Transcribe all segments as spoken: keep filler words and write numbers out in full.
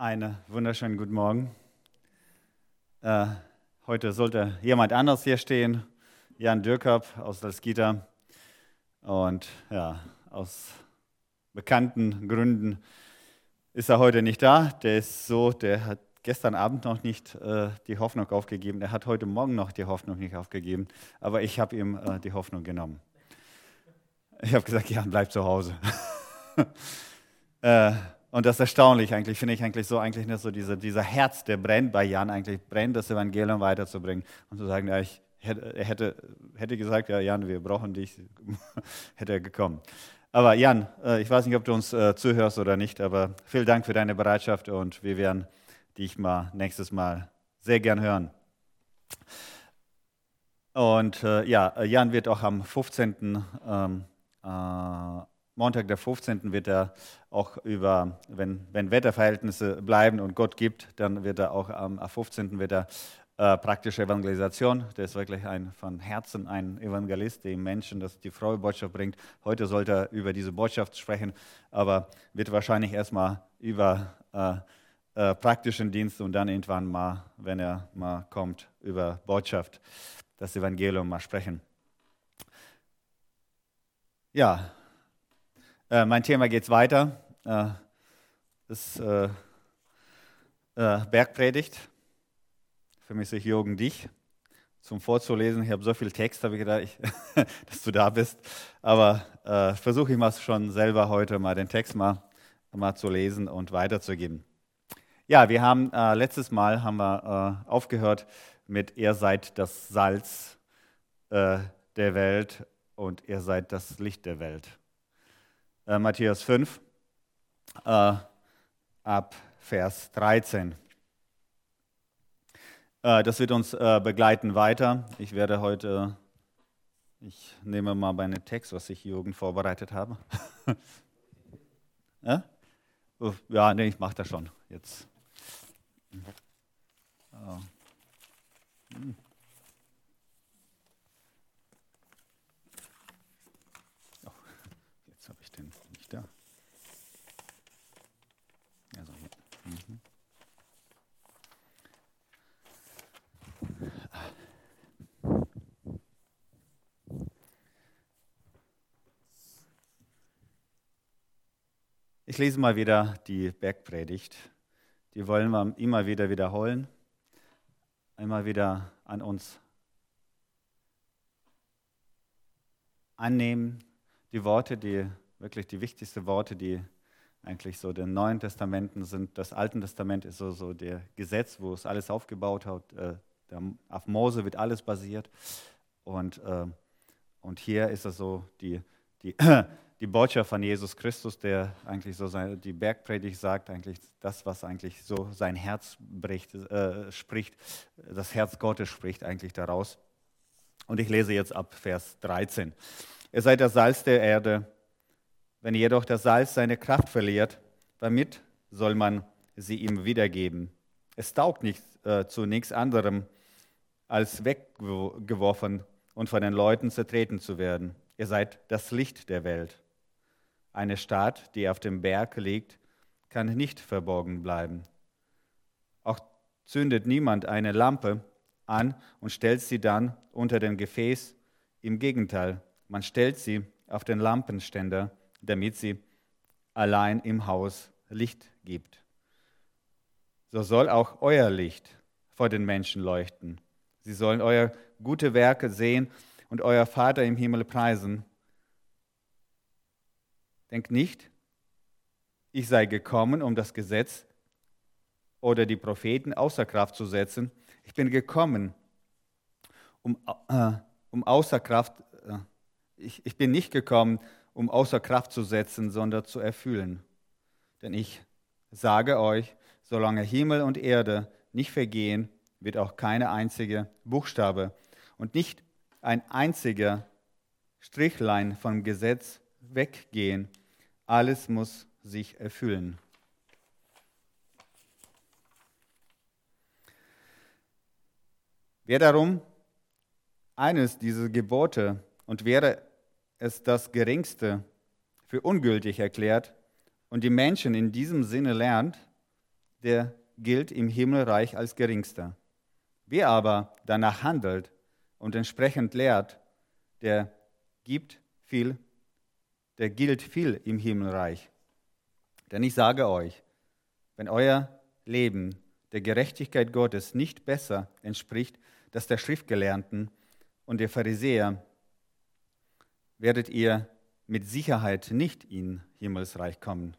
Einen wunderschönen guten Morgen. Äh, heute sollte jemand anders hier stehen, Jan Dürkop aus Salzgitter. Und ja, aus bekannten Gründen ist er heute nicht da. Der ist so, der hat gestern Abend noch nicht äh, die Hoffnung aufgegeben. Er hat heute Morgen noch die Hoffnung nicht aufgegeben. Aber ich habe ihm äh, die Hoffnung genommen. Ich habe gesagt, Jan, bleib zu Hause. äh, Und das ist erstaunlich eigentlich, finde ich eigentlich so, eigentlich nicht so diese, dieser Herz, der brennt bei Jan, eigentlich brennt, das Evangelium weiterzubringen und zu sagen, ja, ich hätte, er hätte, hätte gesagt, ja Jan, wir brauchen dich, hätte er gekommen. Aber Jan, ich weiß nicht, ob du uns äh, zuhörst oder nicht, aber vielen Dank für deine Bereitschaft und wir werden dich mal nächstes Mal sehr gern hören. Und äh, ja, Jan wird auch am fünfzehnten Ähm, äh, Montag, der fünfzehnten wird er auch über, wenn, wenn Wetterverhältnisse bleiben und Gott gibt, dann wird er auch am fünfzehnten wird er äh, praktische Evangelisation. Der ist wirklich ein, von Herzen ein Evangelist, der Menschen das, die frohe Botschaft bringt. Heute sollte er über diese Botschaft sprechen, aber wird wahrscheinlich erstmal über äh, äh, praktischen Dienst und dann irgendwann mal, wenn er mal kommt, über Botschaft, das Evangelium mal sprechen. Ja, Äh, mein Thema geht weiter. Äh, das ist äh, äh, Bergpredigt. Vermisse ich Jürgen dich zum Vorzulesen. Ich habe so viel Text, habe ich gedacht, ich, dass du da bist. Aber äh, versuche ich mal schon selber heute mal den Text mal, mal zu lesen und weiterzugeben. Ja, wir haben äh, letztes Mal haben wir äh, aufgehört mit ihr seid das Salz äh, der Welt und ihr seid das Licht der Welt. Äh, Matthäus fünf, äh, ab Vers dreizehn. Äh, das wird uns äh, begleiten weiter. Ich werde heute, ich nehme mal meinen Text, was ich Jürgen vorbereitet habe. ja? ja, nee, ich mache das schon jetzt. Oh. Hm. Jetzt habe ich den nicht da. Also hier. Mhm. Ich lese mal wieder die Bergpredigt. Die wollen wir immer wieder wiederholen, immer wieder an uns annehmen. Die Worte, die wirklich die wichtigsten Worte, die eigentlich so den Neuen Testamenten sind. Das Alte Testament ist so, so der Gesetz, wo es alles aufgebaut hat. Äh, der, auf Mose wird alles basiert. Und, äh, und hier ist es so die, die, die Botschaft von Jesus Christus, der eigentlich so seine, die Bergpredigt sagt, eigentlich das, was eigentlich so sein Herz bricht, äh, spricht, das Herz Gottes spricht eigentlich daraus. Und ich lese jetzt ab Vers dreizehn. Ihr seid das Salz der Erde. Wenn jedoch das Salz seine Kraft verliert, damit soll man sie ihm wiedergeben. Es taugt nicht äh, zu nichts anderem, als weggeworfen und von den Leuten zertreten zu werden. Ihr seid das Licht der Welt. Eine Stadt, die auf dem Berg liegt, kann nicht verborgen bleiben. Auch zündet niemand eine Lampe an und stellt sie dann unter den Gefäß. Im Gegenteil, man stellt sie auf den Lampenständer, damit sie allein im Haus Licht gibt. So soll auch euer Licht vor den Menschen leuchten. Sie sollen eure gute Werke sehen und euer Vater im Himmel preisen. Denkt nicht, ich sei gekommen, um das Gesetz oder die Propheten außer Kraft zu setzen. Ich bin gekommen, um, äh, um außer Kraft, äh, ich, ich bin nicht gekommen, um außer Kraft zu setzen, sondern zu erfüllen. Denn ich sage euch, solange Himmel und Erde nicht vergehen, wird auch keine einzige Buchstabe und nicht ein einziger Strichlein vom Gesetz weggehen. Alles muss sich erfüllen. Wer darum eines dieser Gebote und wäre es das Geringste für ungültig erklärt und die Menschen in diesem Sinne lernt, der gilt im Himmelreich als geringster. Wer aber danach handelt und entsprechend lehrt, der gibt viel, der gilt viel im Himmelreich. Denn ich sage euch, wenn euer Leben der Gerechtigkeit Gottes nicht besser entspricht, das der Schriftgelehrten und der Pharisäer, werdet ihr mit Sicherheit nicht in Himmelsreich kommen.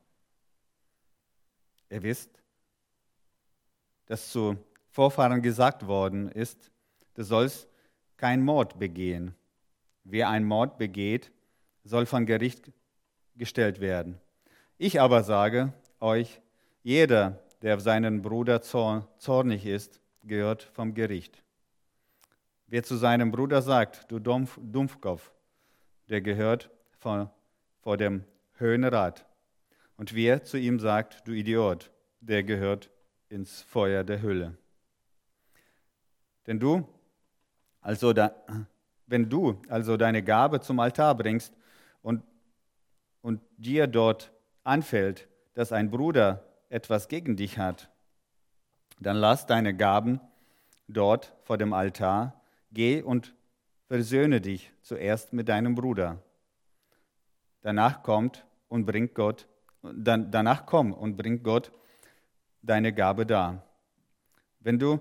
Ihr wisst, dass zu Vorfahren gesagt worden ist, du sollst keinen Mord begehen. Wer einen Mord begeht, soll vor Gericht gestellt werden. Ich aber sage euch, jeder, der auf seinen Bruder zornig ist, gehört vom Gericht. Wer zu seinem Bruder sagt, du Dumpf, Dumpfkopf, der gehört vor, vor dem Höhenrad. Und wer zu ihm sagt, du Idiot, der gehört ins Feuer der Hölle. Denn du, also da, wenn du also deine Gabe zum Altar bringst und, und dir dort anfällt, dass ein Bruder etwas gegen dich hat, dann lass deine Gaben dort vor dem Altar, geh und versöhne dich zuerst mit deinem Bruder. Danach kommt und bringt Gott, dann, danach komm und bringt Gott deine Gabe dar. Wenn du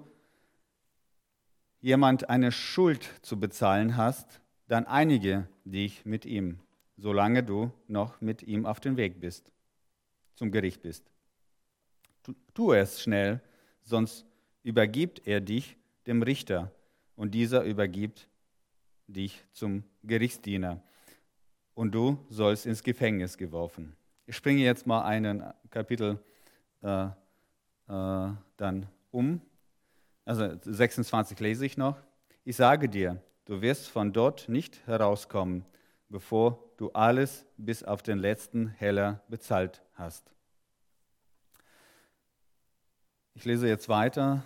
jemand eine Schuld zu bezahlen hast, dann einige dich mit ihm, solange du noch mit ihm auf dem Weg bist, zum Gericht bist. Tu, tu es schnell, sonst übergibt er dich dem Richter und dieser übergibt dich zum Gerichtsdiener und du sollst ins Gefängnis geworfen. Ich springe jetzt mal einen Kapitel äh, äh, dann um. Also sechsundzwanzig lese ich noch. Ich sage dir, du wirst von dort nicht herauskommen, bevor du alles bis auf den letzten Heller bezahlt hast. Ich lese jetzt weiter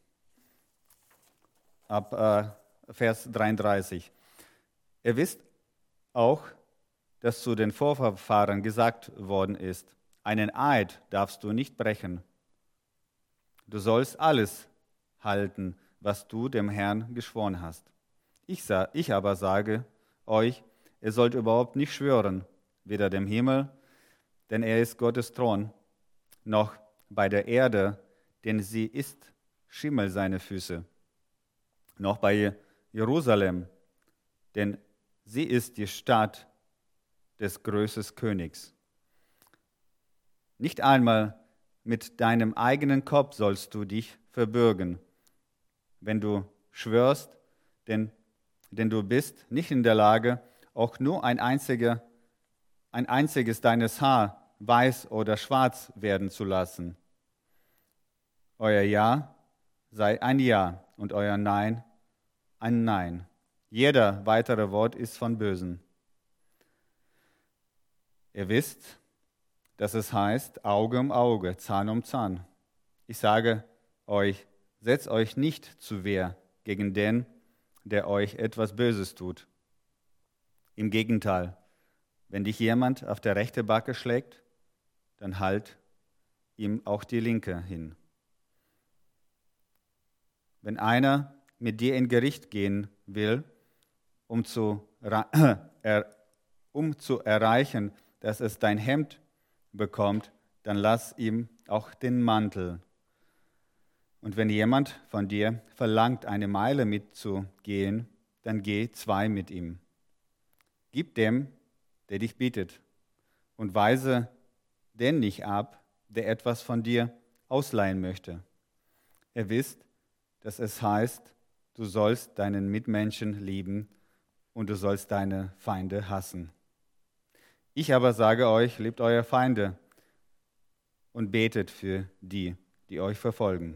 ab äh, Vers dreiunddreißig. Ihr wisst auch, dass zu den Vorfahren gesagt worden ist, einen Eid darfst du nicht brechen. Du sollst alles halten, was du dem Herrn geschworen hast. Ich, sa- ich aber sage euch, ihr sollt überhaupt nicht schwören, weder dem Himmel, denn er ist Gottes Thron, noch bei der Erde, denn sie ist Schimmel seine Füße, noch bei Jerusalem, denn sie ist die Stadt des größten Königs. Nicht einmal mit deinem eigenen Kopf sollst du dich verbürgen, wenn du schwörst, denn, denn du bist nicht in der Lage, auch nur ein, einziger, ein einziges deines Haar weiß oder schwarz werden zu lassen. Euer Ja sei ein Ja und euer Nein ein Nein. Jeder weitere Wort ist von Bösen. Ihr wisst, dass es heißt, Auge um Auge, Zahn um Zahn. Ich sage euch, setzt euch nicht zu Wehr gegen den, der euch etwas Böses tut. Im Gegenteil, wenn dich jemand auf der rechten Backe schlägt, dann halt ihm auch die linke hin. Wenn einer mit dir in Gericht gehen will, um zu, um zu erreichen, dass es dein Hemd bekommt, dann lass ihm auch den Mantel. Und wenn jemand von dir verlangt, eine Meile mitzugehen, dann geh zwei mit ihm. Gib dem, der dich bittet, und weise den nicht ab, der etwas von dir ausleihen möchte. Ihr wisst, dass es heißt, du sollst deinen Mitmenschen lieben und du sollst deine Feinde hassen. Ich aber sage euch, liebt eure Feinde und betet für die, die euch verfolgen.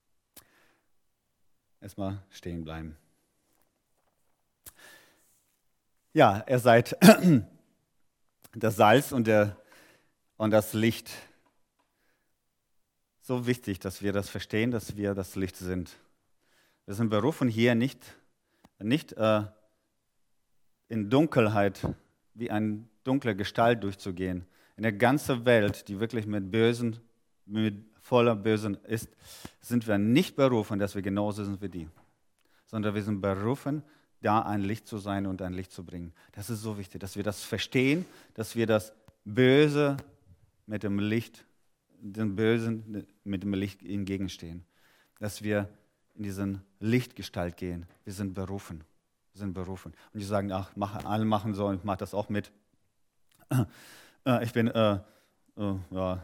Erstmal stehen bleiben. Ja, ihr seid das Salz und, der, und das Licht. So wichtig, dass wir das verstehen, dass wir das Licht sind. Wir sind berufen, hier nicht, nicht äh, in Dunkelheit wie eine dunkle Gestalt durchzugehen. In der ganzen Welt, die wirklich mit bösen, mit voller Bösen ist, sind wir nicht berufen, dass wir genauso sind wie die, sondern wir sind berufen, da ein Licht zu sein und ein Licht zu bringen. Das ist so wichtig, dass wir das verstehen, dass wir das Böse mit dem Licht, dem Bösen mit dem Licht entgegenstehen. Dass wir in diesen Lichtgestalt gehen. Wir sind berufen. Wir sind berufen. Und die sagen, ach, mach, alle machen so, ich mache das auch mit. Ich bin, äh, äh, ja,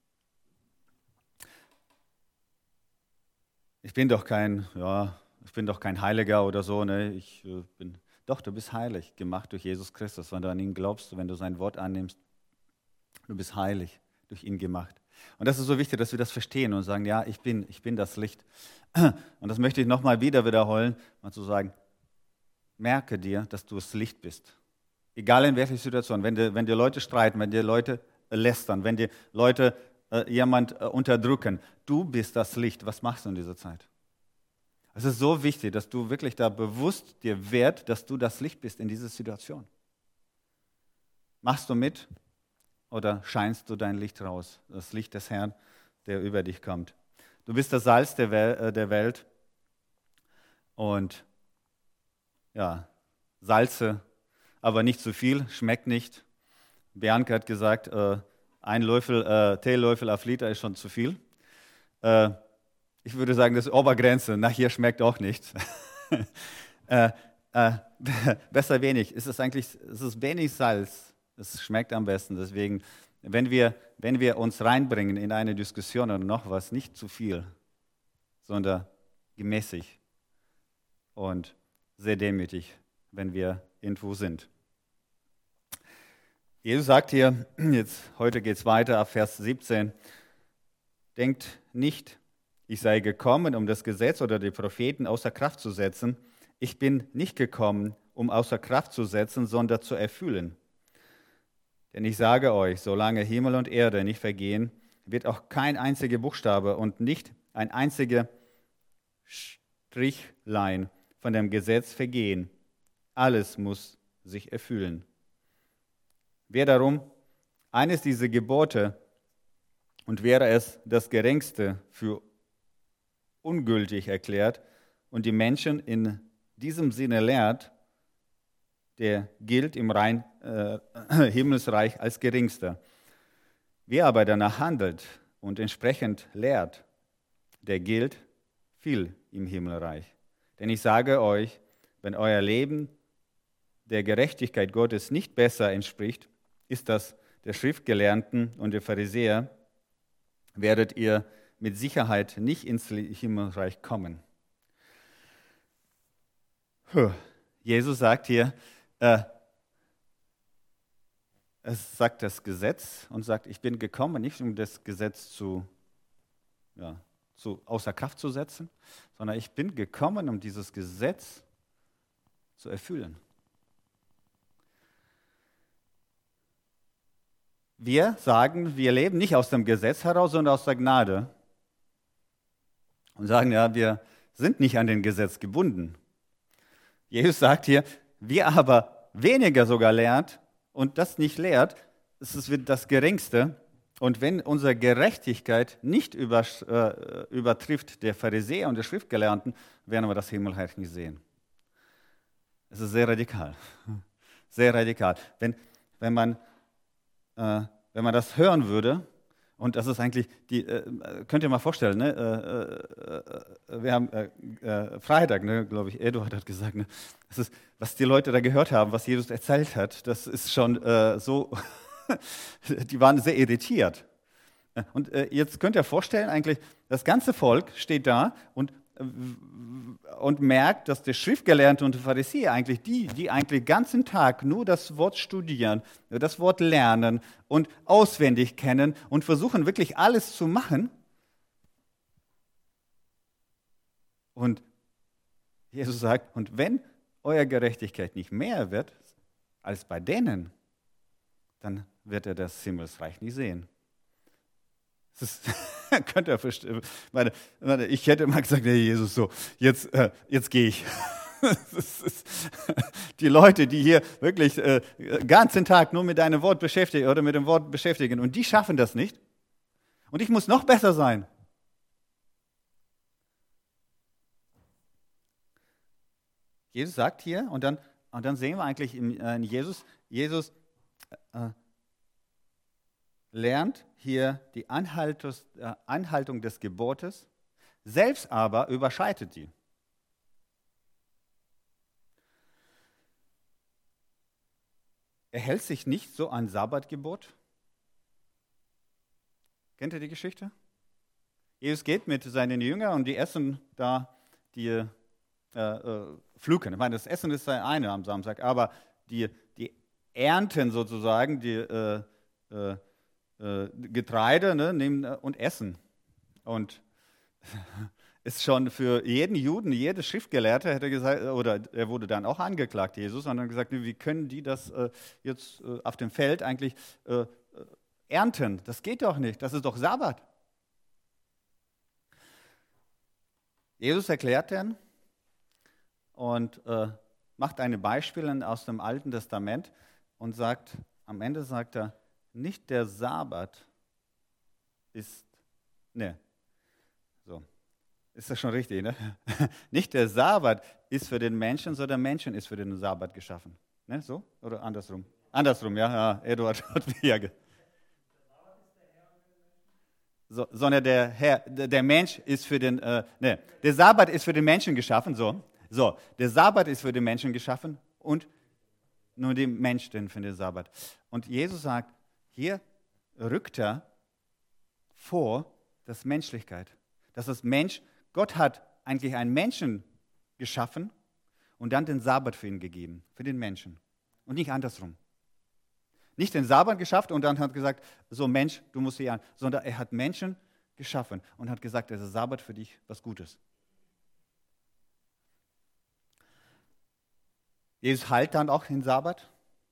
ich bin doch kein, ja, ich bin doch kein Heiliger oder so, ne? Ich äh, bin, doch, du bist heilig, gemacht durch Jesus Christus. Wenn du an ihn glaubst, wenn du sein Wort annimmst, du bist heilig, durch ihn gemacht. Und das ist so wichtig, dass wir das verstehen und sagen, ja, ich bin, ich bin das Licht. Und das möchte ich nochmal wieder wiederholen, mal zu sagen, merke dir, dass du das Licht bist. Egal in welcher Situation, wenn dir, wenn dir Leute streiten, wenn dir Leute lästern, wenn dir Leute äh, jemand äh, unterdrücken, du bist das Licht. Was machst du in dieser Zeit? Es ist so wichtig, dass du wirklich da bewusst dir wert, dass du das Licht bist in dieser Situation. Machst du mit oder scheinst du dein Licht raus? Das Licht des Herrn, der über dich kommt. Du bist das Salz der, Wel- äh, der Welt und ja, Salze, aber nicht zu viel, schmeckt nicht. Bianca hat gesagt, äh, ein Löffel, äh, Teelöffel auf Liter ist schon zu viel. Äh, ich würde sagen, das ist Obergrenze, nachher schmeckt auch nichts. äh, äh, besser wenig. Es ist eigentlich, es ist wenig Salz, es schmeckt am besten. Deswegen, wenn wir, wenn wir uns reinbringen in eine Diskussion oder noch was, nicht zu viel, sondern gemäßig und sehr demütig, wenn wir irgendwo sind. Jesus sagt hier, jetzt, heute geht es weiter, ab Vers siebzehn, denkt nicht, ich sei gekommen, um das Gesetz oder die Propheten außer Kraft zu setzen. Ich bin nicht gekommen, um außer Kraft zu setzen, sondern zu erfüllen. Denn ich sage euch, solange Himmel und Erde nicht vergehen, wird auch kein einziger Buchstabe und nicht ein einziger Strichlein von dem Gesetz vergehen. Alles muss sich erfüllen. Wer darum eines dieser Gebote und wäre es das geringste für ungültig erklärt und die Menschen in diesem Sinne lehrt, der gilt im Rein, äh, Himmelsreich als geringster. Wer aber danach handelt und entsprechend lehrt, der gilt viel im Himmelreich. Denn ich sage euch, wenn euer Leben der Gerechtigkeit Gottes nicht besser entspricht, ist das der Schriftgelehrten und der Pharisäer, werdet ihr mit Sicherheit nicht ins Himmelreich kommen. Jesus sagt hier, äh, es sagt das Gesetz und sagt, ich bin gekommen, nicht um das Gesetz zu, ja, zu außer Kraft zu setzen, sondern ich bin gekommen, um dieses Gesetz zu erfüllen. Wir sagen, wir leben nicht aus dem Gesetz heraus, sondern aus der Gnade. Und sagen, ja, wir sind nicht an den Gesetz gebunden. Jesus sagt hier, wer aber weniger sogar lehrt und das nicht lehrt, es ist das Geringste. Und wenn unsere Gerechtigkeit nicht über, äh, übertrifft der Pharisäer und der Schriftgelehrten, werden wir das Himmelreich nicht sehen. Es ist sehr radikal. Sehr radikal. Wenn, wenn man Äh, wenn man das hören würde, und das ist eigentlich, die, äh, könnt ihr mal vorstellen, ne? äh, äh, wir haben äh, äh, Freitag, ne, glaube ich, Eduard hat gesagt, ne? Das ist, was die Leute da gehört haben, was Jesus erzählt hat, das ist schon äh, so, die waren sehr irritiert. Und äh, jetzt könnt ihr vorstellen, eigentlich, das ganze Volk steht da und und merkt, dass der Schriftgelehrte und der Pharisäer eigentlich die, die eigentlich den ganzen Tag nur das Wort studieren, das Wort lernen und auswendig kennen und versuchen wirklich alles zu machen. Und Jesus sagt, und wenn eure Gerechtigkeit nicht mehr wird als bei denen, dann wird er das Himmelsreich nicht sehen. Das ist, könnt ihr verstehen. Meine, meine, ich hätte mal gesagt, hey Jesus, so, jetzt, äh, jetzt gehe ich. Das ist, die Leute, die hier wirklich äh, den ganzen Tag nur mit deinem Wort beschäftigen oder mit dem Wort beschäftigen und die schaffen das nicht. Und ich muss noch besser sein. Jesus sagt hier, und dann, und dann sehen wir eigentlich in, in Jesus, Jesus äh, lernt hier die Anhaltus, äh, Einhaltung des Gebotes, selbst aber überschreitet die. Er hält sich nicht so an Sabbatgebot. Kennt ihr die Geschichte? Jesus geht mit seinen Jüngern und die essen da die äh, äh, Pflücken. Ich meine, das Essen ist das eine am Samstag, aber die, die ernten sozusagen die äh, äh, äh, Getreide, ne, nehmen äh, und essen. Und ist schon für jeden Juden, jede Schriftgelehrte hätte gesagt, oder er wurde dann auch angeklagt, Jesus, und dann gesagt, wie können die das äh, jetzt äh, auf dem Feld eigentlich äh, ernten? Das geht doch nicht, das ist doch Sabbat. Jesus erklärt dann und äh, macht eine Beispiele aus dem Alten Testament und sagt, am Ende sagt er, nicht der Sabbat ist, ne, so. Ist das schon richtig, ne? Nicht der Sabbat ist für den Menschen, sondern der Menschen ist für den Sabbat geschaffen. Ne? So? Oder andersrum? Andersrum, ja, ja. Eduard hat mir ja. So, sondern der Herr, der, der Mensch ist für den, äh, ne, der Sabbat ist für den Menschen geschaffen, so. So, der Sabbat ist für den Menschen geschaffen und nur der Mensch denn für den Sabbat. Und Jesus sagt, hier rückt er vor, das Menschlichkeit. Das ist Mensch, Gott hat eigentlich einen Menschen geschaffen und dann den Sabbat für ihn gegeben, für den Menschen. Und nicht andersrum. Nicht den Sabbat geschafft und dann hat gesagt, so Mensch, du musst hier an, sondern er hat Menschen geschaffen und hat gesagt, das ist Sabbat für dich was Gutes. Jesus heilt dann auch den Sabbat.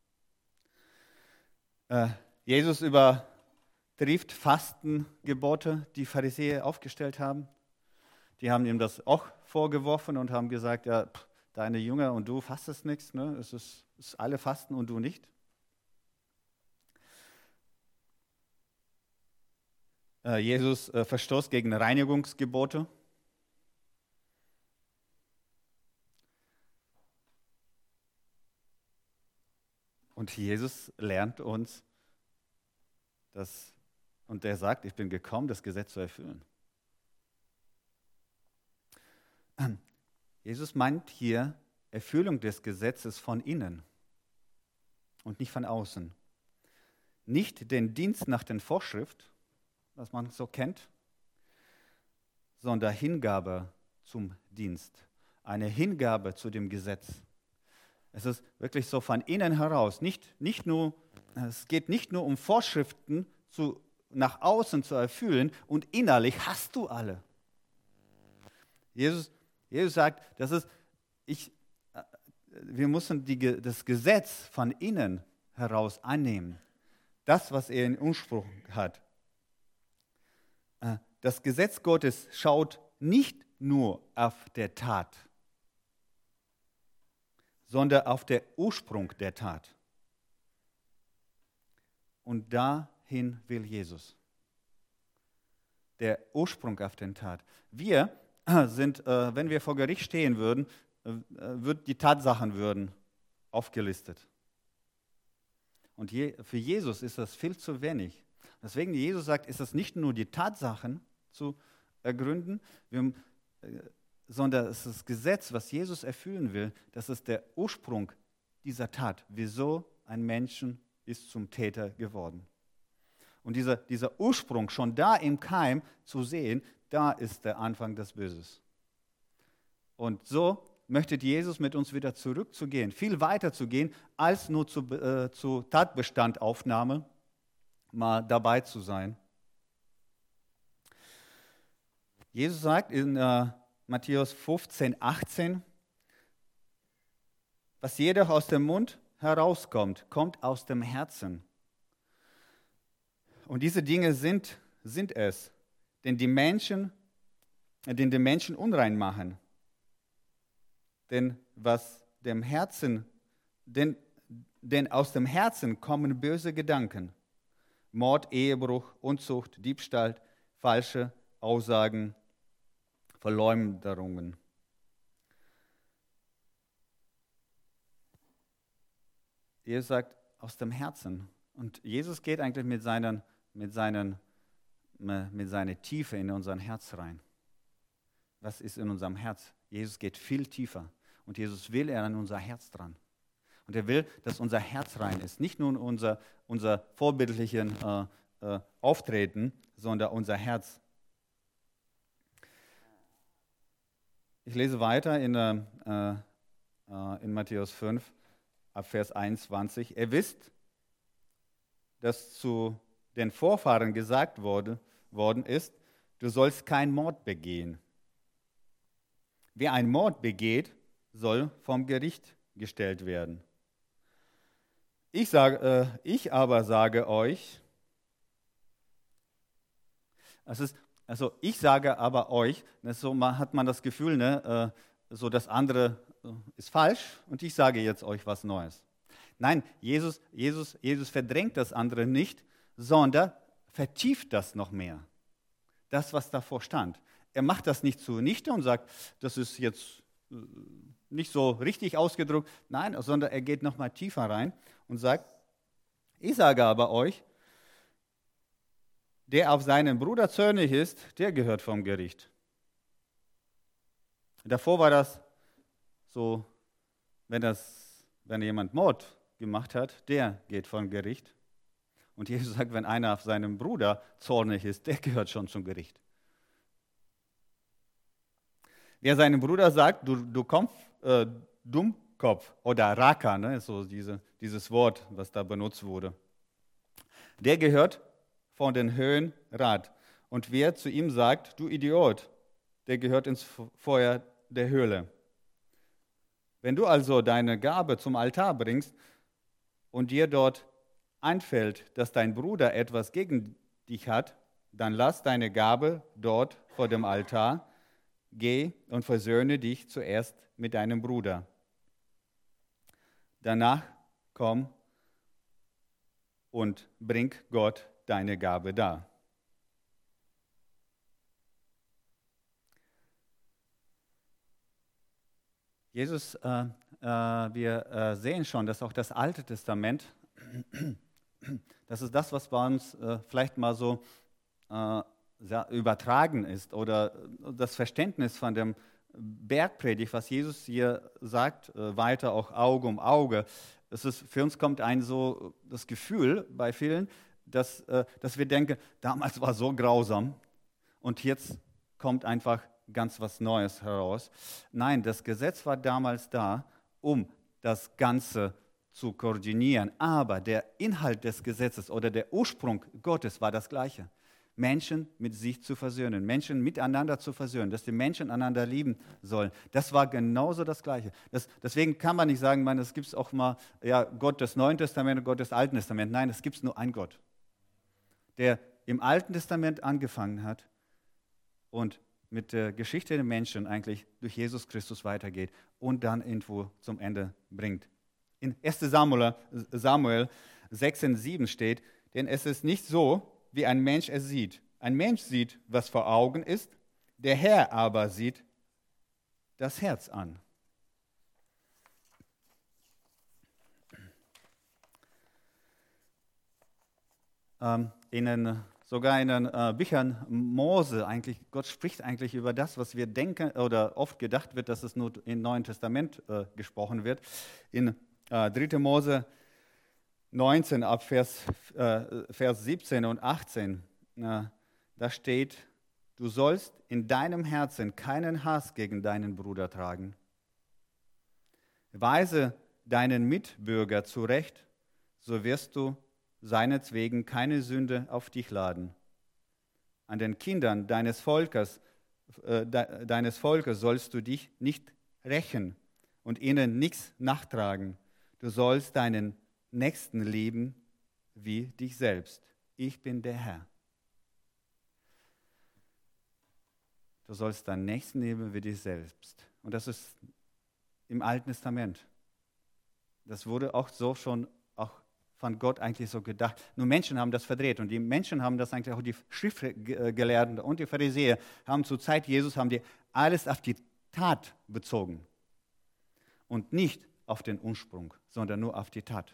Äh, Jesus übertrifft Fastengebote, die Pharisäer aufgestellt haben. Die haben ihm das auch vorgeworfen und haben gesagt, ja, pff, deine Jünger und du fastest nichts, ne? Es ist, es ist alle fasten und du nicht. Äh, Jesus äh, verstoßt gegen Reinigungsgebote. Und Jesus lernt uns, dass, und er sagt, ich bin gekommen, das Gesetz zu erfüllen. Jesus meint hier Erfüllung des Gesetzes von innen und nicht von außen. Nicht den Dienst nach der Vorschrift, was man so kennt, sondern Hingabe zum Dienst, eine Hingabe zu dem Gesetz. Es ist wirklich so von innen heraus, nicht, nicht nur, es geht nicht nur um Vorschriften zu, nach außen zu erfüllen und innerlich hast du alle. Jesus, Jesus sagt, das ist, ich, wir müssen die, das Gesetz von innen heraus annehmen. Das, was er in Ursprung hat. Das Gesetz Gottes schaut nicht nur auf der Tat, sondern auf den Ursprung der Tat. Und dahin will Jesus. Der Ursprung auf den Tat. Wir sind, äh, wenn wir vor Gericht stehen würden, äh, wird die Tatsachen würden aufgelistet. Und je, für Jesus ist das viel zu wenig. Deswegen, Jesus sagt, ist es nicht nur die Tatsachen zu ergründen, wir, äh, sondern es ist das Gesetz, was Jesus erfüllen will, das ist der Ursprung dieser Tat. Wieso ein Mensch ist zum Täter geworden. Und dieser, dieser Ursprung schon da im Keim zu sehen, da ist der Anfang des Böses. Und so möchte Jesus mit uns wieder zurückzugehen, viel weiter zu gehen, als nur zu, äh, zu Tatbestandaufnahme mal dabei zu sein. Jesus sagt in äh, Matthäus fünfzehn, achtzehn, was jeder aus dem Mund herauskommt, kommt aus dem Herzen. Und diese Dinge sind, sind es, den die Menschen, den die Menschen unrein machen. Denn was dem Herzen, denn, denn aus dem Herzen kommen böse Gedanken, Mord, Ehebruch, Unzucht, Diebstahl, falsche Aussagen, Verleumderungen. Jesus sagt, aus dem Herzen. Und Jesus geht eigentlich mit, seinen, mit, seinen, mit seiner Tiefe in unser Herz rein. Was ist in unserem Herz? Jesus geht viel tiefer. Und Jesus will er an unser Herz dran. Und er will, dass unser Herz rein ist. Nicht nur unser, unser vorbildlichen äh, äh, Auftreten, sondern unser Herz. Ich lese weiter in, äh, äh, in Matthäus fünf, ab Vers einundzwanzig. Ihr wisst, dass zu den Vorfahren gesagt wurde, worden ist, du sollst keinen Mord begehen. Wer einen Mord begeht, soll vom Gericht gestellt werden. Ich, sage, äh, ich aber sage euch, es ist, also ich sage aber euch, so hat man das Gefühl, ne, äh, so das andere äh, ist falsch und ich sage jetzt euch was Neues. Nein, Jesus, Jesus, Jesus verdrängt das andere nicht, sondern vertieft das noch mehr. Das, was davor stand. Er macht das nicht zunichte und sagt, das ist jetzt äh, nicht so richtig ausgedrückt. Nein, sondern er geht noch mal tiefer rein und sagt, ich sage aber euch, der auf seinen Bruder zornig ist, der gehört vom Gericht. Davor war das so, wenn, das, wenn jemand Mord gemacht hat, der geht vom Gericht. Und Jesus sagt, wenn einer auf seinen Bruder zornig ist, der gehört schon zum Gericht. Wer seinem Bruder sagt, du, du kommst, äh, Dummkopf oder Raka, ne, so diese, dieses Wort, was da benutzt wurde, der gehört von den Höhen Rat. Und wer zu ihm sagt, du Idiot, der gehört ins Feuer der Höhle. Wenn du also deine Gabe zum Altar bringst und dir dort einfällt, dass dein Bruder etwas gegen dich hat, dann lass deine Gabe dort vor dem Altar, geh und versöhne dich zuerst mit deinem Bruder. Danach komm und bring Gott deine Gabe dar. Jesus, äh, äh, wir äh, sehen schon, dass auch das Alte Testament, das ist das, was bei uns äh, vielleicht mal so äh, übertragen ist oder das Verständnis von dem Bergpredigt, was Jesus hier sagt, äh, weiter auch Auge um Auge. Es ist, für uns kommt ein so das Gefühl bei vielen, dass, äh, dass wir denken, damals war so grausam und jetzt kommt einfach ganz was Neues heraus. Nein, das Gesetz war damals da, um das Ganze zu koordinieren. Aber der Inhalt des Gesetzes oder der Ursprung Gottes war das Gleiche. Menschen mit sich zu versöhnen, Menschen miteinander zu versöhnen, dass die Menschen einander lieben sollen. Das war genauso das Gleiche. Das, deswegen kann man nicht sagen, es gibt auch mal ja, Gott des Neuen Testaments und Gott des Alten Testaments. Nein, es gibt nur einen Gott, der im Alten Testament angefangen hat und mit der Geschichte der Menschen eigentlich durch Jesus Christus weitergeht und dann irgendwo zum Ende bringt. In erster Samuel, Samuel sechs und sieben steht, denn es ist nicht so, wie ein Mensch es sieht. Ein Mensch sieht, was vor Augen ist, der Herr aber sieht das Herz an. Ähm, in den, sogar in den äh, Büchern Mose, eigentlich, Gott spricht eigentlich über das, was wir denken oder oft gedacht wird, dass es nur im Neuen Testament äh, gesprochen wird. In äh, dritter Mose neunzehn ab Vers, äh, Vers siebzehn und achtzehn, äh, da steht, du sollst in deinem Herzen keinen Hass gegen deinen Bruder tragen. Weise deinen Mitbürger zurecht, so wirst du seinetwegen keine Sünde auf dich laden. An den Kindern deines Volkes, äh, de, deines Volkes sollst du dich nicht rächen und ihnen nichts nachtragen. Du sollst deinen Nächsten lieben wie dich selbst. Ich bin der Herr. Du sollst deinen Nächsten lieben wie dich selbst. Und das ist im Alten Testament. Das wurde auch so schon auch von Gott eigentlich so gedacht. Nur Menschen haben das verdreht und die Menschen haben das eigentlich auch die Schriftgelehrten und die Pharisäer haben zur Zeit Jesus haben die alles auf die Tat bezogen und nicht auf den Ursprung, sondern nur auf die Tat.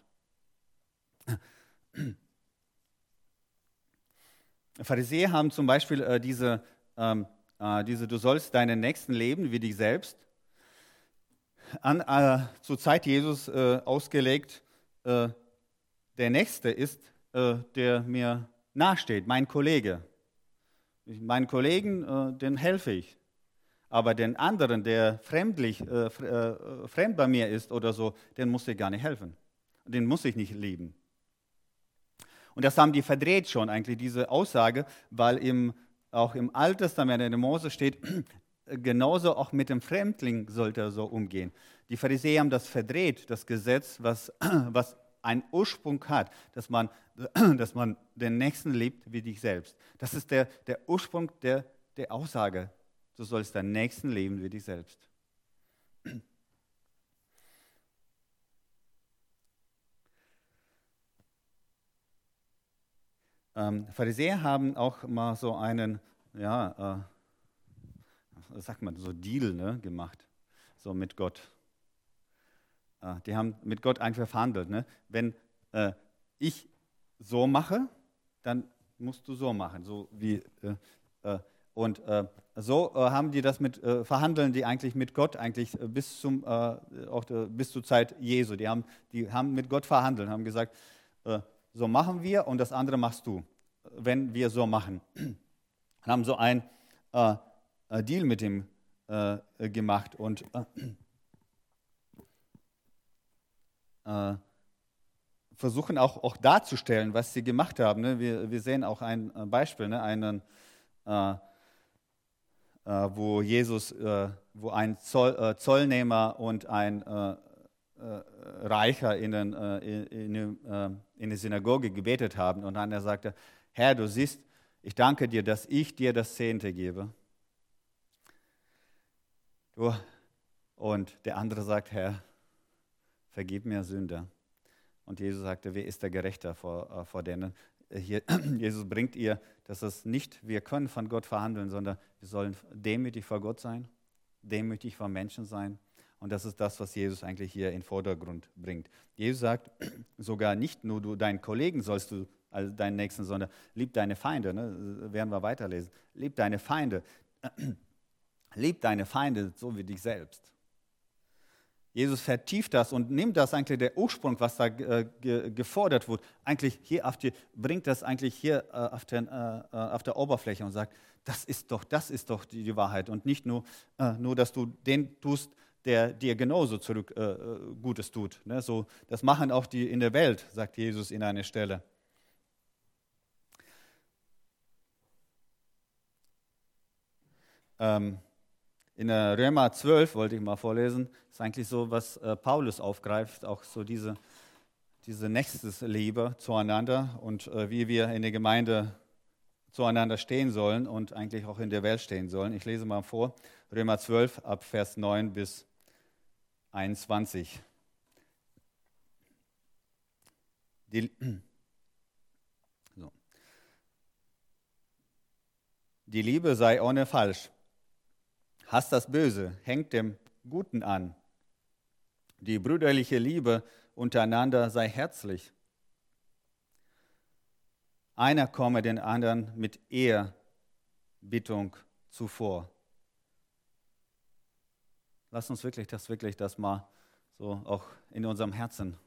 Pharisäer haben zum Beispiel äh, diese, ähm, äh, diese du sollst deinen Nächsten leben wie dich selbst an, äh, zur Zeit Jesus äh, ausgelegt. Äh, der Nächste ist, äh, der mir nahesteht, mein Kollege. Ich, meinen Kollegen, äh, den helfe ich. Aber den anderen, der fremdlich, äh, äh, fremd bei mir ist oder so, den muss ich gar nicht helfen. Den muss ich nicht lieben. Und das haben die verdreht schon eigentlich, diese Aussage, weil im, auch im Alten Testament in der Mose steht, genauso auch mit dem Fremdling sollte er so umgehen. Die Pharisäer haben das verdreht, das Gesetz, was, was einen Ursprung hat, dass man, dass man den Nächsten liebt wie dich selbst. Das ist der, der Ursprung der, der Aussage. Du sollst deinen Nächsten lieben wie dich selbst. Ähm, Pharisäer haben auch mal so einen, ja, äh, was sagt man, so Deal ne, gemacht, so mit Gott. Äh, die haben mit Gott einfach verhandelt. Ne? Wenn äh, ich so mache, dann musst du so machen, so wie äh, äh, und äh, so äh, haben die das mit äh, verhandeln, die eigentlich mit Gott eigentlich äh, bis zum äh, auch äh, bis zur Zeit Jesu. Die haben die haben mit Gott verhandelt, haben gesagt, äh, so machen wir und das andere machst du, wenn wir so machen. Und haben so ein äh, Deal mit ihm äh, gemacht und äh, äh, versuchen auch, auch darzustellen, was sie gemacht haben. Ne? Wir, wir sehen auch ein Beispiel, ne? einen, äh, äh, wo Jesus, äh, wo ein Zoll, äh, Zollnehmer und ein äh, Äh, Reicher in, den, äh, in, in, äh, in die Synagoge gebetet haben. Und dann er sagte, Herr, du siehst, ich danke dir, dass ich dir das Zehnte gebe. Du, und der andere sagt, Herr, vergib mir Sünder. Und Jesus sagte, wer ist der Gerechter vor, äh, vor denen? Hier, Jesus bringt ihr, dass es nicht, wir können von Gott verhandeln, sondern wir sollen demütig vor Gott sein, demütig vor Menschen sein. Und das ist das, was Jesus eigentlich hier in den Vordergrund bringt. Jesus sagt sogar nicht nur, du deinen Kollegen sollst du, also deinen Nächsten, sondern lieb deine Feinde. Ne? Werden wir weiterlesen. Lieb deine Feinde. Lieb deine Feinde so wie dich selbst. Jesus vertieft das und nimmt das eigentlich, der Ursprung, was da äh, ge, gefordert wird, eigentlich hier auf die, bringt das eigentlich hier äh, auf, den, äh, auf der Oberfläche und sagt, das ist doch, das ist doch die, die Wahrheit. Und nicht nur, äh, nur, dass du den tust, der dir genauso zurück äh, Gutes tut. Ne? So, das machen auch die in der Welt, sagt Jesus in einer Stelle. Ähm, in der Römer zwölf, wollte ich mal vorlesen, ist eigentlich so, was äh, Paulus aufgreift, auch so diese, diese Nächstenliebe zueinander und äh, wie wir in der Gemeinde zueinander stehen sollen und eigentlich auch in der Welt stehen sollen. Ich lese mal vor, Römer zwölf, ab Vers neun bis einundzwanzig. Die, so. Die Liebe sei ohne Falsch. Hasst das Böse, hängt dem Guten an. Die brüderliche Liebe untereinander sei herzlich. Einer komme den anderen mit Ehrerbietung zuvor. Lass uns wirklich das, wirklich das mal so auch in unserem Herzen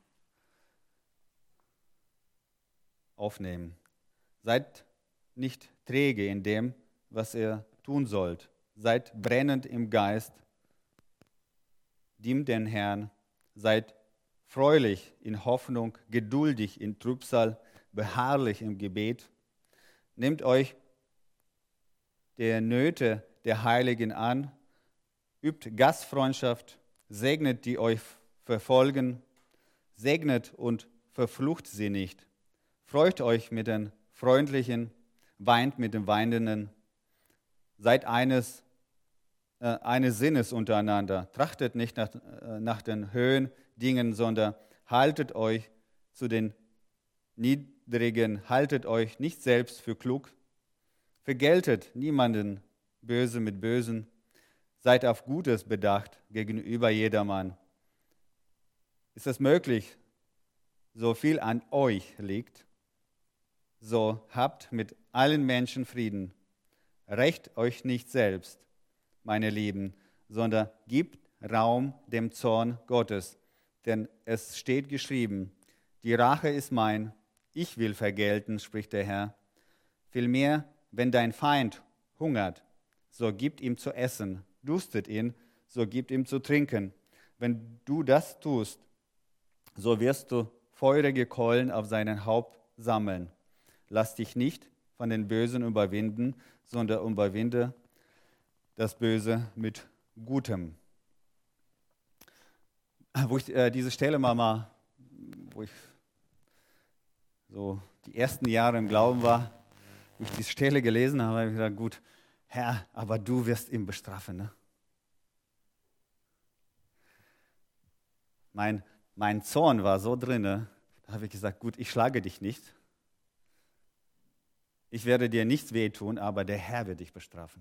aufnehmen. Seid nicht träge in dem, was ihr tun sollt. Seid brennend im Geist. Dient den Herrn. Seid freudig in Hoffnung, geduldig in Trübsal, beharrlich im Gebet. Nehmt euch der Nöte der Heiligen an. Übt Gastfreundschaft, segnet die euch verfolgen, segnet und verflucht sie nicht. Freut euch mit den Freundlichen, weint mit den Weinenden. Seid eines, äh, eines Sinnes untereinander. Trachtet nicht nach, äh, nach den Höhen, Dingen, sondern haltet euch zu den Niedrigen, haltet euch nicht selbst für klug, vergeltet niemanden Böse mit Bösen, seid auf Gutes bedacht gegenüber jedermann. Ist es möglich, so viel an euch liegt, so habt mit allen Menschen Frieden. Rächt euch nicht selbst, meine Lieben, sondern gebt Raum dem Zorn Gottes. Denn es steht geschrieben, die Rache ist mein, ich will vergelten, spricht der Herr. Vielmehr, wenn dein Feind hungert, so gib ihm zu essen, durstet ihn, so gib ihm zu trinken. Wenn du das tust, so wirst du feurige Kohlen auf seinen Haupt sammeln. Lass dich nicht von den Bösen überwinden, sondern überwinde das Böse mit Gutem. Wo ich äh, diese Stelle mal, mal, wo ich so die ersten Jahre im Glauben war, wo ich diese Stelle gelesen habe, habe ich gesagt, gut, Herr, aber du wirst ihn bestrafen. Ne? Mein, mein Zorn war so drin, da habe ich gesagt, gut, ich schlage dich nicht. Ich werde dir nichts wehtun, aber der Herr wird dich bestrafen.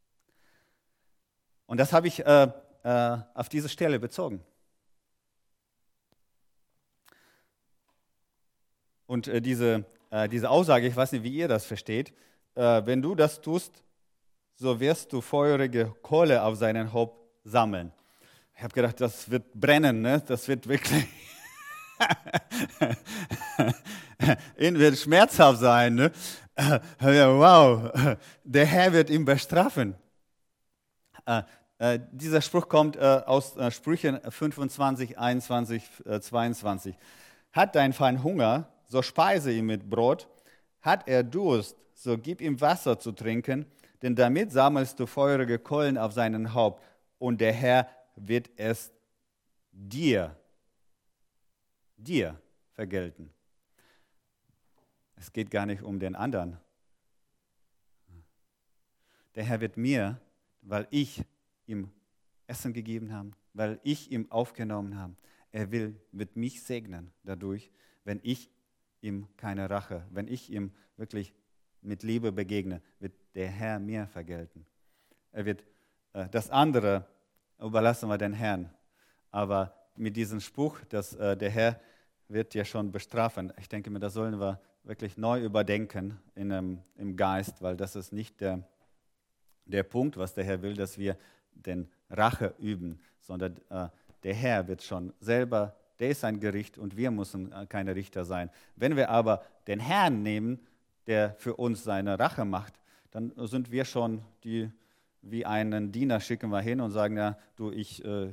Und das habe ich äh, äh, auf diese Stelle bezogen. Und äh, diese, äh, diese Aussage, ich weiß nicht, wie ihr das versteht, äh, wenn du das tust, so wirst du feurige Kohle auf seinen Haupt sammeln. Ich habe gedacht, das wird brennen, ne? Das wird wirklich ihn wird schmerzhaft sein. Ne? Wow, der Herr wird ihn bestrafen. Äh, äh, dieser Spruch kommt äh, aus äh, Sprüchen fünfundzwanzig, einundzwanzig, äh, zweiundzwanzig. Hat dein Feind Hunger, so speise ihn mit Brot. Hat er Durst, so gib ihm Wasser zu trinken, denn damit sammelst du feurige Kohlen auf seinen Haupt, und der Herr wird es dir, dir vergelten. Es geht gar nicht um den anderen. Der Herr wird mir, weil ich ihm Essen gegeben habe, weil ich ihm aufgenommen habe, er will mit mich segnen dadurch, wenn ich ihm keine Rache, wenn ich ihm wirklich mit Liebe begegne, wird der Herr mir vergelten. Er wird äh, das andere überlassen wir den Herrn. Aber mit diesem Spruch, dass äh, der Herr wird ja schon bestrafen, ich denke mir, das sollen wir wirklich neu überdenken in, ähm, im Geist, weil das ist nicht der, der Punkt, was der Herr will, dass wir den Rache üben, sondern äh, der Herr wird schon selber, der ist ein Gericht und wir müssen äh, keine Richter sein. Wenn wir aber den Herrn nehmen, der für uns seine Rache macht, dann sind wir schon die, wie einen Diener schicken wir hin und sagen, ja, du, ich äh, äh,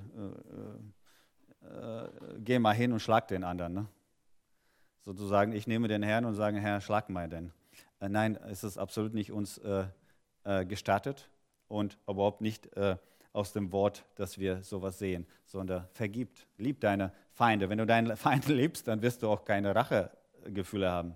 äh, geh mal hin und schlag den anderen. Ne? Sozusagen, ich nehme den Herrn und sage, Herr, schlag mal den. Äh, nein, es ist absolut nicht uns äh, äh, gestattet und überhaupt nicht äh, aus dem Wort, dass wir sowas sehen, sondern vergibt, lieb deine Feinde. Wenn du deinen Feind liebst, dann wirst du auch keine Rachegefühle haben.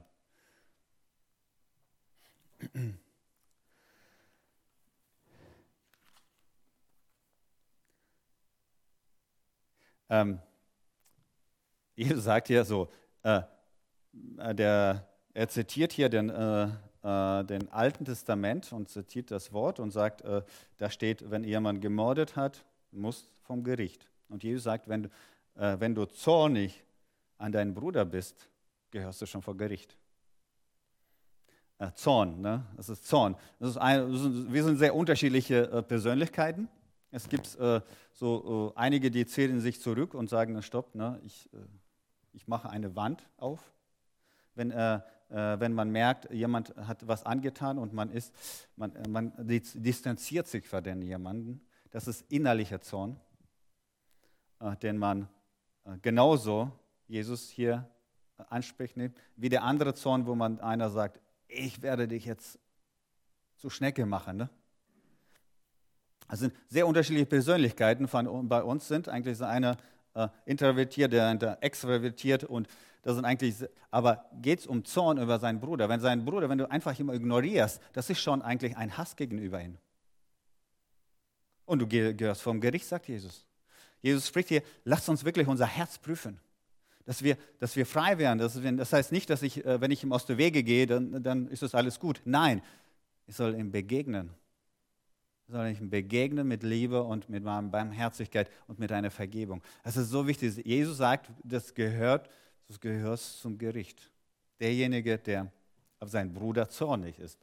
ähm, Jesus sagt hier so, äh, der, er zitiert hier den, äh, äh, den Alten Testament und zitiert das Wort und sagt, äh, da steht, wenn jemand gemordet hat, muss vom Gericht. Und Jesus sagt, wenn, äh, wenn du zornig an deinen Bruder bist, gehörst du schon vor Gericht. Äh, Zorn, ne? Das ist Zorn. Das ist ein, das sind, wir sind sehr unterschiedliche äh, Persönlichkeiten. Es gibt äh, so äh, einige, die zählen sich zurück und sagen, stopp, ne? ich, äh, ich mache eine Wand auf. Wenn, äh, äh, wenn man merkt, jemand hat was angetan und man, ist, man, man distanziert sich von den jemanden, das ist innerlicher Zorn, äh, den man äh, genauso, Jesus hier äh, anspricht, ne? Wie der andere Zorn, wo man einer sagt, ich werde dich jetzt zu Schnecke machen. Ne? Das sind sehr unterschiedliche Persönlichkeiten von, bei uns sind eigentlich so einer äh, introvertiert, der andere extrovertiert und das sind eigentlich, aber geht es um Zorn über seinen Bruder. Wenn sein Bruder, wenn du einfach immer ignorierst, das ist schon eigentlich ein Hass gegenüber ihm. Und du gehörst vom Gericht, sagt Jesus. Jesus spricht hier, lasst uns wirklich unser Herz prüfen. Dass wir, dass wir frei werden. Das, das heißt nicht, dass ich, wenn ich ihm aus der Wege gehe, dann, dann ist das alles gut. Nein, ich soll ihm begegnen. Ich soll ihm begegnen mit Liebe und mit Barmherzigkeit und mit einer Vergebung. Das ist so wichtig. Jesus sagt, das gehört, das gehört zum Gericht. Derjenige, der auf seinen Bruder zornig ist.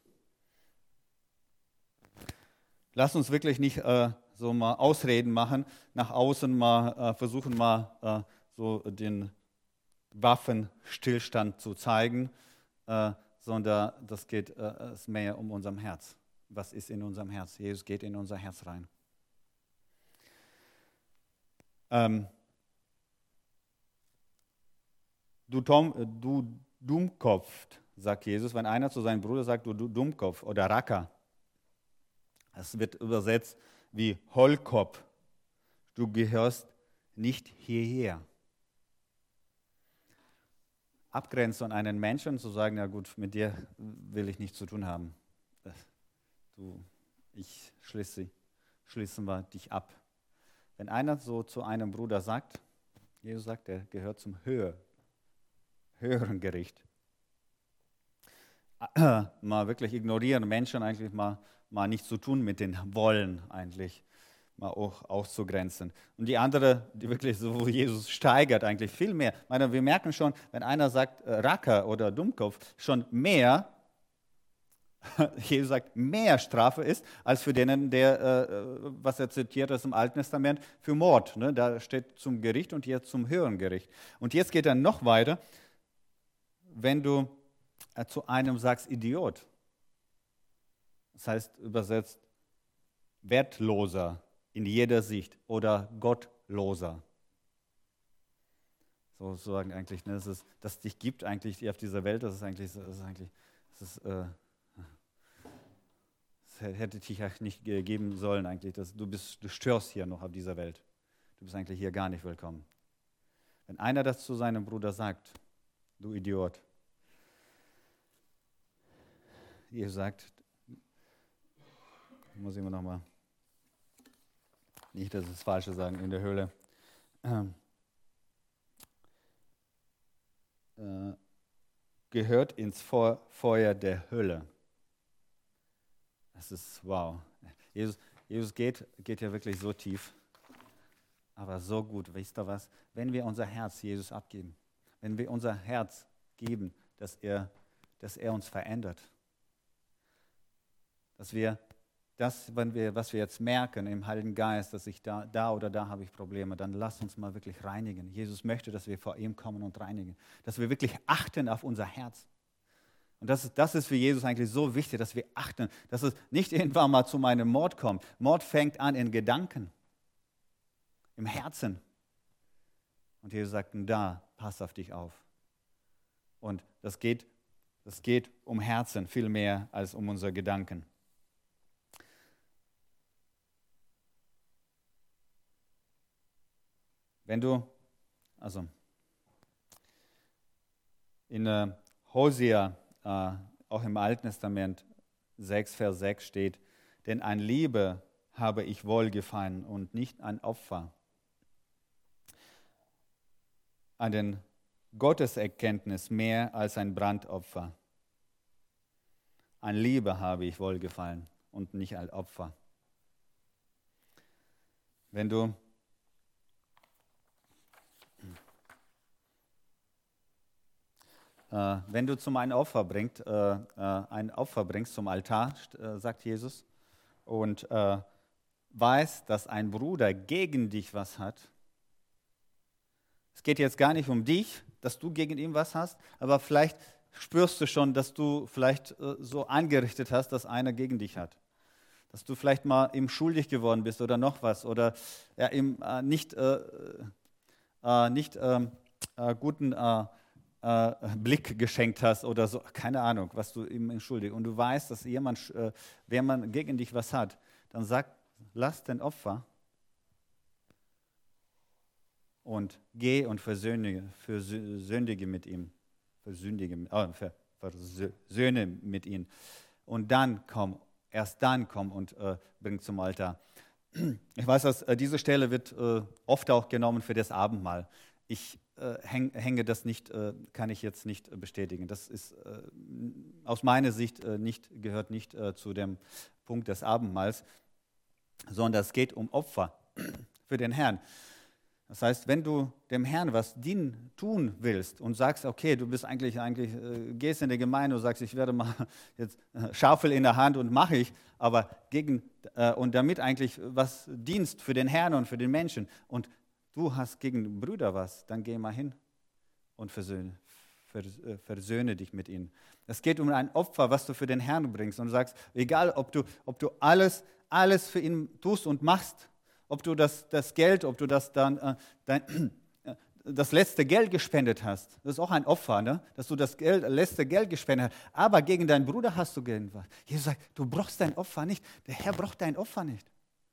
Lass uns wirklich nicht äh, so mal Ausreden machen, nach außen mal äh, versuchen mal äh, so den Waffenstillstand zu zeigen, äh, sondern das geht äh, es mehr um unserem Herz. Was ist in unserem Herz? Jesus geht in unser Herz rein. Ähm, du, Tom, du Dummkopf, sagt Jesus, wenn einer zu seinem Bruder sagt, du, du Dummkopf oder Racker, das wird übersetzt wie Hohlkopf, du gehörst nicht hierher. Abgrenzen an einen Menschen, zu sagen, ja gut, mit dir will ich nichts zu tun haben. Du, ich schließe, schließen wir dich ab. Wenn einer so zu einem Bruder sagt, Jesus sagt, er gehört zum höher, höheren Gericht. Mal wirklich ignorieren, Menschen eigentlich mal, mal nichts zu tun mit den Wollen eigentlich, mal auch auszugrenzen. Und die andere, die wirklich so, wo Jesus steigert eigentlich viel mehr. Ich meine, wir merken schon, wenn einer sagt äh, Racker oder Dummkopf, schon mehr, Jesus sagt, mehr Strafe ist, als für den, der, äh, was er zitiert aus dem Alten Testament, für Mord. Ne? Da steht zum Gericht und jetzt zum höheren Gericht. Und jetzt geht er noch weiter, wenn du äh, zu einem sagst, Idiot. Das heißt übersetzt, wertloser in jeder Sicht oder gottloser. So sagen eigentlich, ne, das ist, dass dich gibt eigentlich auf dieser Welt, das ist eigentlich, das ist eigentlich, das ist, äh, das hätte dich eigentlich nicht geben sollen eigentlich. Das, du bist, du störst hier noch auf dieser Welt. Du bist eigentlich hier gar nicht willkommen. Wenn einer das zu seinem Bruder sagt, du Idiot, Jesus sagt, muss ich immer noch mal, nicht, dass es Falsche sagen, in der Höhle, ähm, äh, gehört ins Feuer der Hölle. Das ist wow. Jesus, Jesus geht, geht ja wirklich so tief, aber so gut. Wisst ihr was? Wenn wir unser Herz Jesus abgeben, wenn wir unser Herz geben, dass er, dass er uns verändert, dass wir das, wenn wir, was wir jetzt merken im Heiligen Geist, dass ich da, da oder da habe ich Probleme, dann lasst uns mal wirklich reinigen. Jesus möchte, dass wir vor ihm kommen und reinigen, dass wir wirklich achten auf unser Herz. Und das ist, das ist für Jesus eigentlich so wichtig, dass wir achten, dass es nicht irgendwann mal zu meinem Mord kommt. Mord fängt an in Gedanken, im Herzen. Und Jesus sagt, da, pass auf dich auf. Und das geht, das geht um Herzen viel mehr als um unsere Gedanken. Wenn du, also in äh, Hosea, äh, auch im Alten Testament, sechs, Vers sechs steht, denn an Liebe habe ich Wohlgefallen und nicht an Opfer. An den Gotteserkenntnis mehr als ein Brandopfer. An Liebe habe ich Wohlgefallen und nicht als Opfer. Wenn du Äh, wenn du zum ein Opfer bringst, äh, äh, ein Opfer bringst zum Altar, äh, sagt Jesus, und äh, weißt, dass ein Bruder gegen dich was hat. Es geht jetzt gar nicht um dich, dass du gegen ihn was hast, aber vielleicht spürst du schon, dass du vielleicht äh, so angerichtet hast, dass einer gegen dich hat. Dass du vielleicht mal ihm schuldig geworden bist oder noch was oder ja, ihm äh, nicht, äh, äh, nicht ähm, äh, guten äh, Äh, Blick geschenkt hast oder so, keine Ahnung, was du ihm entschuldigst. Und du weißt, dass jemand, äh, wenn man gegen dich was hat, dann sag, lass den Opfer und geh und versöhnige, versündige mit ihm, versündige, oh, versöhne mit ihm. Und dann komm, erst dann komm und äh, bring zum Altar. Ich weiß, dass äh, diese Stelle wird äh, oft auch genommen für das Abendmahl. Ich äh, häng, hänge das nicht, äh, kann ich jetzt nicht äh, bestätigen. Das ist äh, aus meiner Sicht äh, nicht, gehört nicht äh, zu dem Punkt des Abendmahls, sondern es geht um Opfer für den Herrn. Das heißt, wenn du dem Herrn was dienen, tun willst und sagst, okay, du bist eigentlich, eigentlich äh, gehst in die Gemeinde und sagst, ich werde mal jetzt äh, Schaufel in der Hand und mache ich, aber gegen äh, und damit eigentlich was dienst für den Herrn und für den Menschen und du hast gegen Brüder was, dann geh mal hin und versöhne, vers, äh, versöhne dich mit ihnen. Es geht um ein Opfer, was du für den Herrn bringst und du sagst, egal ob du, ob du alles, alles für ihn tust und machst, ob du das, das Geld, ob du das dann äh, dein, äh, das letzte Geld gespendet hast. Das ist auch ein Opfer, ne? Dass du das Geld, letzte Geld gespendet hast. Aber gegen deinen Bruder hast du irgendwas. Jesus sagt, du brauchst dein Opfer nicht. Der Herr braucht dein Opfer nicht.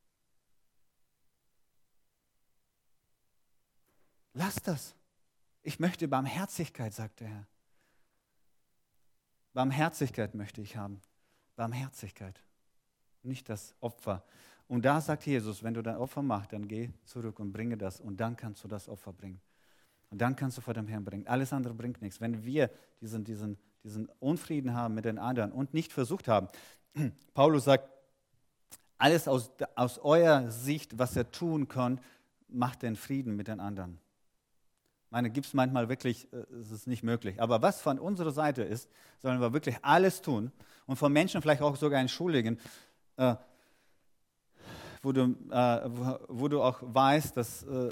Lass das. Ich möchte Barmherzigkeit, sagt der Herr. Barmherzigkeit möchte ich haben. Barmherzigkeit. Nicht das Opfer. Und da sagt Jesus, wenn du dein Opfer machst, dann geh zurück und bringe das und dann kannst du das Opfer bringen. Und dann kannst du vor dem Herrn bringen. Alles andere bringt nichts. Wenn wir diesen, diesen, diesen Unfrieden haben mit den anderen und nicht versucht haben, Paulus sagt, alles aus, aus eurer Sicht, was ihr tun könnt, macht den Frieden mit den anderen. Ich meine, gibt es manchmal wirklich, es ist nicht möglich. Aber was von unserer Seite ist, sollen wir wirklich alles tun und von Menschen vielleicht auch sogar entschuldigen, äh, wo du, äh, wo, wo du auch weißt, dass, äh,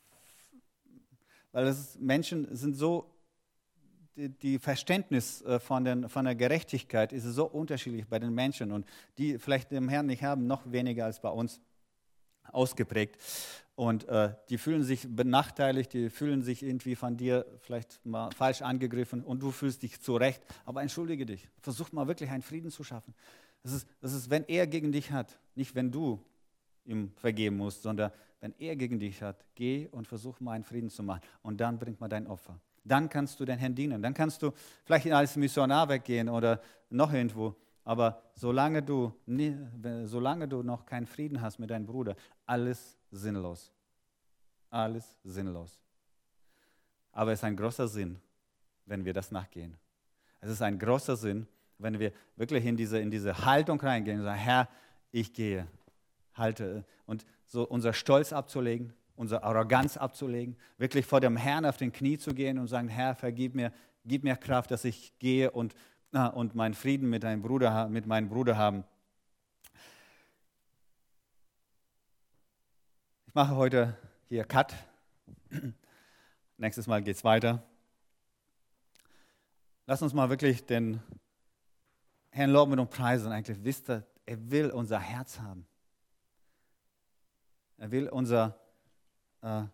weil es Menschen sind so, die, die Verständnis äh, von, den, von der Gerechtigkeit ist so unterschiedlich bei den Menschen und die vielleicht den Herrn nicht haben, noch weniger als bei uns ausgeprägt. Und äh, die fühlen sich benachteiligt, die fühlen sich irgendwie von dir vielleicht mal falsch angegriffen und du fühlst dich zurecht. Aber entschuldige dich, versuch mal wirklich einen Frieden zu schaffen. Das ist, das ist, wenn er gegen dich hat, nicht wenn du ihm vergeben musst, sondern wenn er gegen dich hat, geh und versuch mal einen Frieden zu machen. Und dann bringt mal dein Opfer. Dann kannst du den Herrn dienen. Dann kannst du vielleicht als Missionar weggehen oder noch irgendwo. Aber solange du, solange du noch keinen Frieden hast mit deinem Bruder, alles sinnlos. Alles sinnlos. Aber es ist ein großer Sinn, wenn wir das nachgehen. Es ist ein großer Sinn, wenn wir wirklich in diese, in diese Haltung reingehen und sagen, Herr, ich gehe, halte. Und so unser Stolz abzulegen, unsere Arroganz abzulegen, wirklich vor dem Herrn auf den Knie zu gehen und sagen, Herr, vergib mir, gib mir Kraft, dass ich gehe und, und meinen Frieden mit, deinem Bruder, mit meinem Bruder haben. Ich mache heute hier Cut. Nächstes Mal geht es weiter. Lass uns mal wirklich den Herrn loben und preisen. Eigentlich wisst ihr, er will unser Herz haben. Er will unser äh,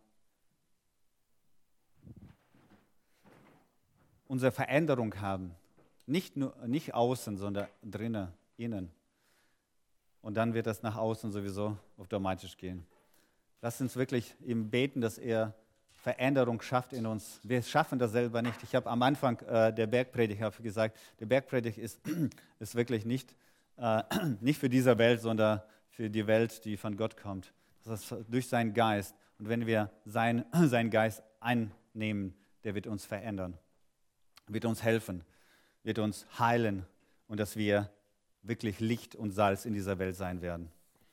unsere Veränderung haben. Nicht nur nicht außen, sondern drinnen, innen. Und dann wird das nach außen sowieso automatisch gehen. Lass uns wirklich ihm beten, dass er Veränderung schafft in uns. Wir schaffen das selber nicht. Ich habe am Anfang äh, der Bergpredigt habe gesagt, der Bergpredigt ist, ist wirklich nicht, äh, nicht für diese Welt, sondern für die Welt, die von Gott kommt. Das ist durch seinen Geist. Und wenn wir sein, seinen Geist einnehmen, der wird uns verändern, wird uns helfen, wird uns heilen und dass wir wirklich Licht und Salz in dieser Welt sein werden.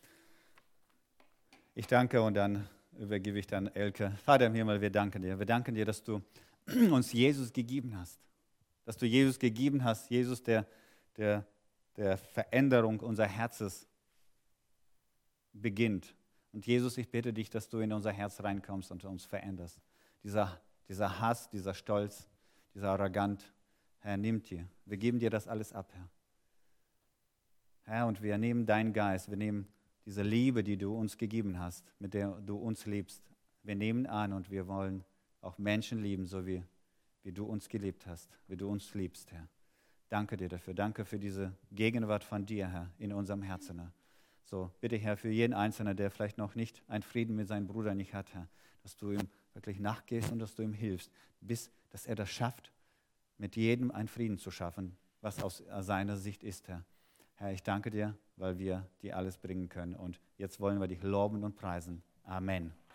Ich danke und dann übergebe ich dann Elke. Vater im Himmel, wir danken dir. Wir danken dir, dass du uns Jesus gegeben hast. Dass du Jesus gegeben hast, Jesus, der, der, der Veränderung unseres Herzens beginnt. Und Jesus, ich bitte dich, dass du in unser Herz reinkommst und uns veränderst. Dieser, dieser Hass, dieser Stolz, dieser Arrogant, Herr, nimm dir. Wir geben dir das alles ab, Herr. Herr, und wir nehmen deinen Geist, wir nehmen diese Liebe, die du uns gegeben hast, mit der du uns liebst. Wir nehmen an und wir wollen auch Menschen lieben, so wie, wie du uns geliebt hast, wie du uns liebst, Herr. Danke dir dafür. Danke für diese Gegenwart von dir, Herr, in unserem Herzen, Herr. So, bitte, Herr, für jeden Einzelnen, der vielleicht noch nicht einen Frieden mit seinem Bruder nicht hat, Herr, dass du ihm wirklich nachgehst und dass du ihm hilfst, bis dass er das schafft, mit jedem einen Frieden zu schaffen, was aus seiner Sicht ist, Herr. Herr, ich danke dir, weil wir dir alles bringen können. Und jetzt wollen wir dich loben und preisen. Amen.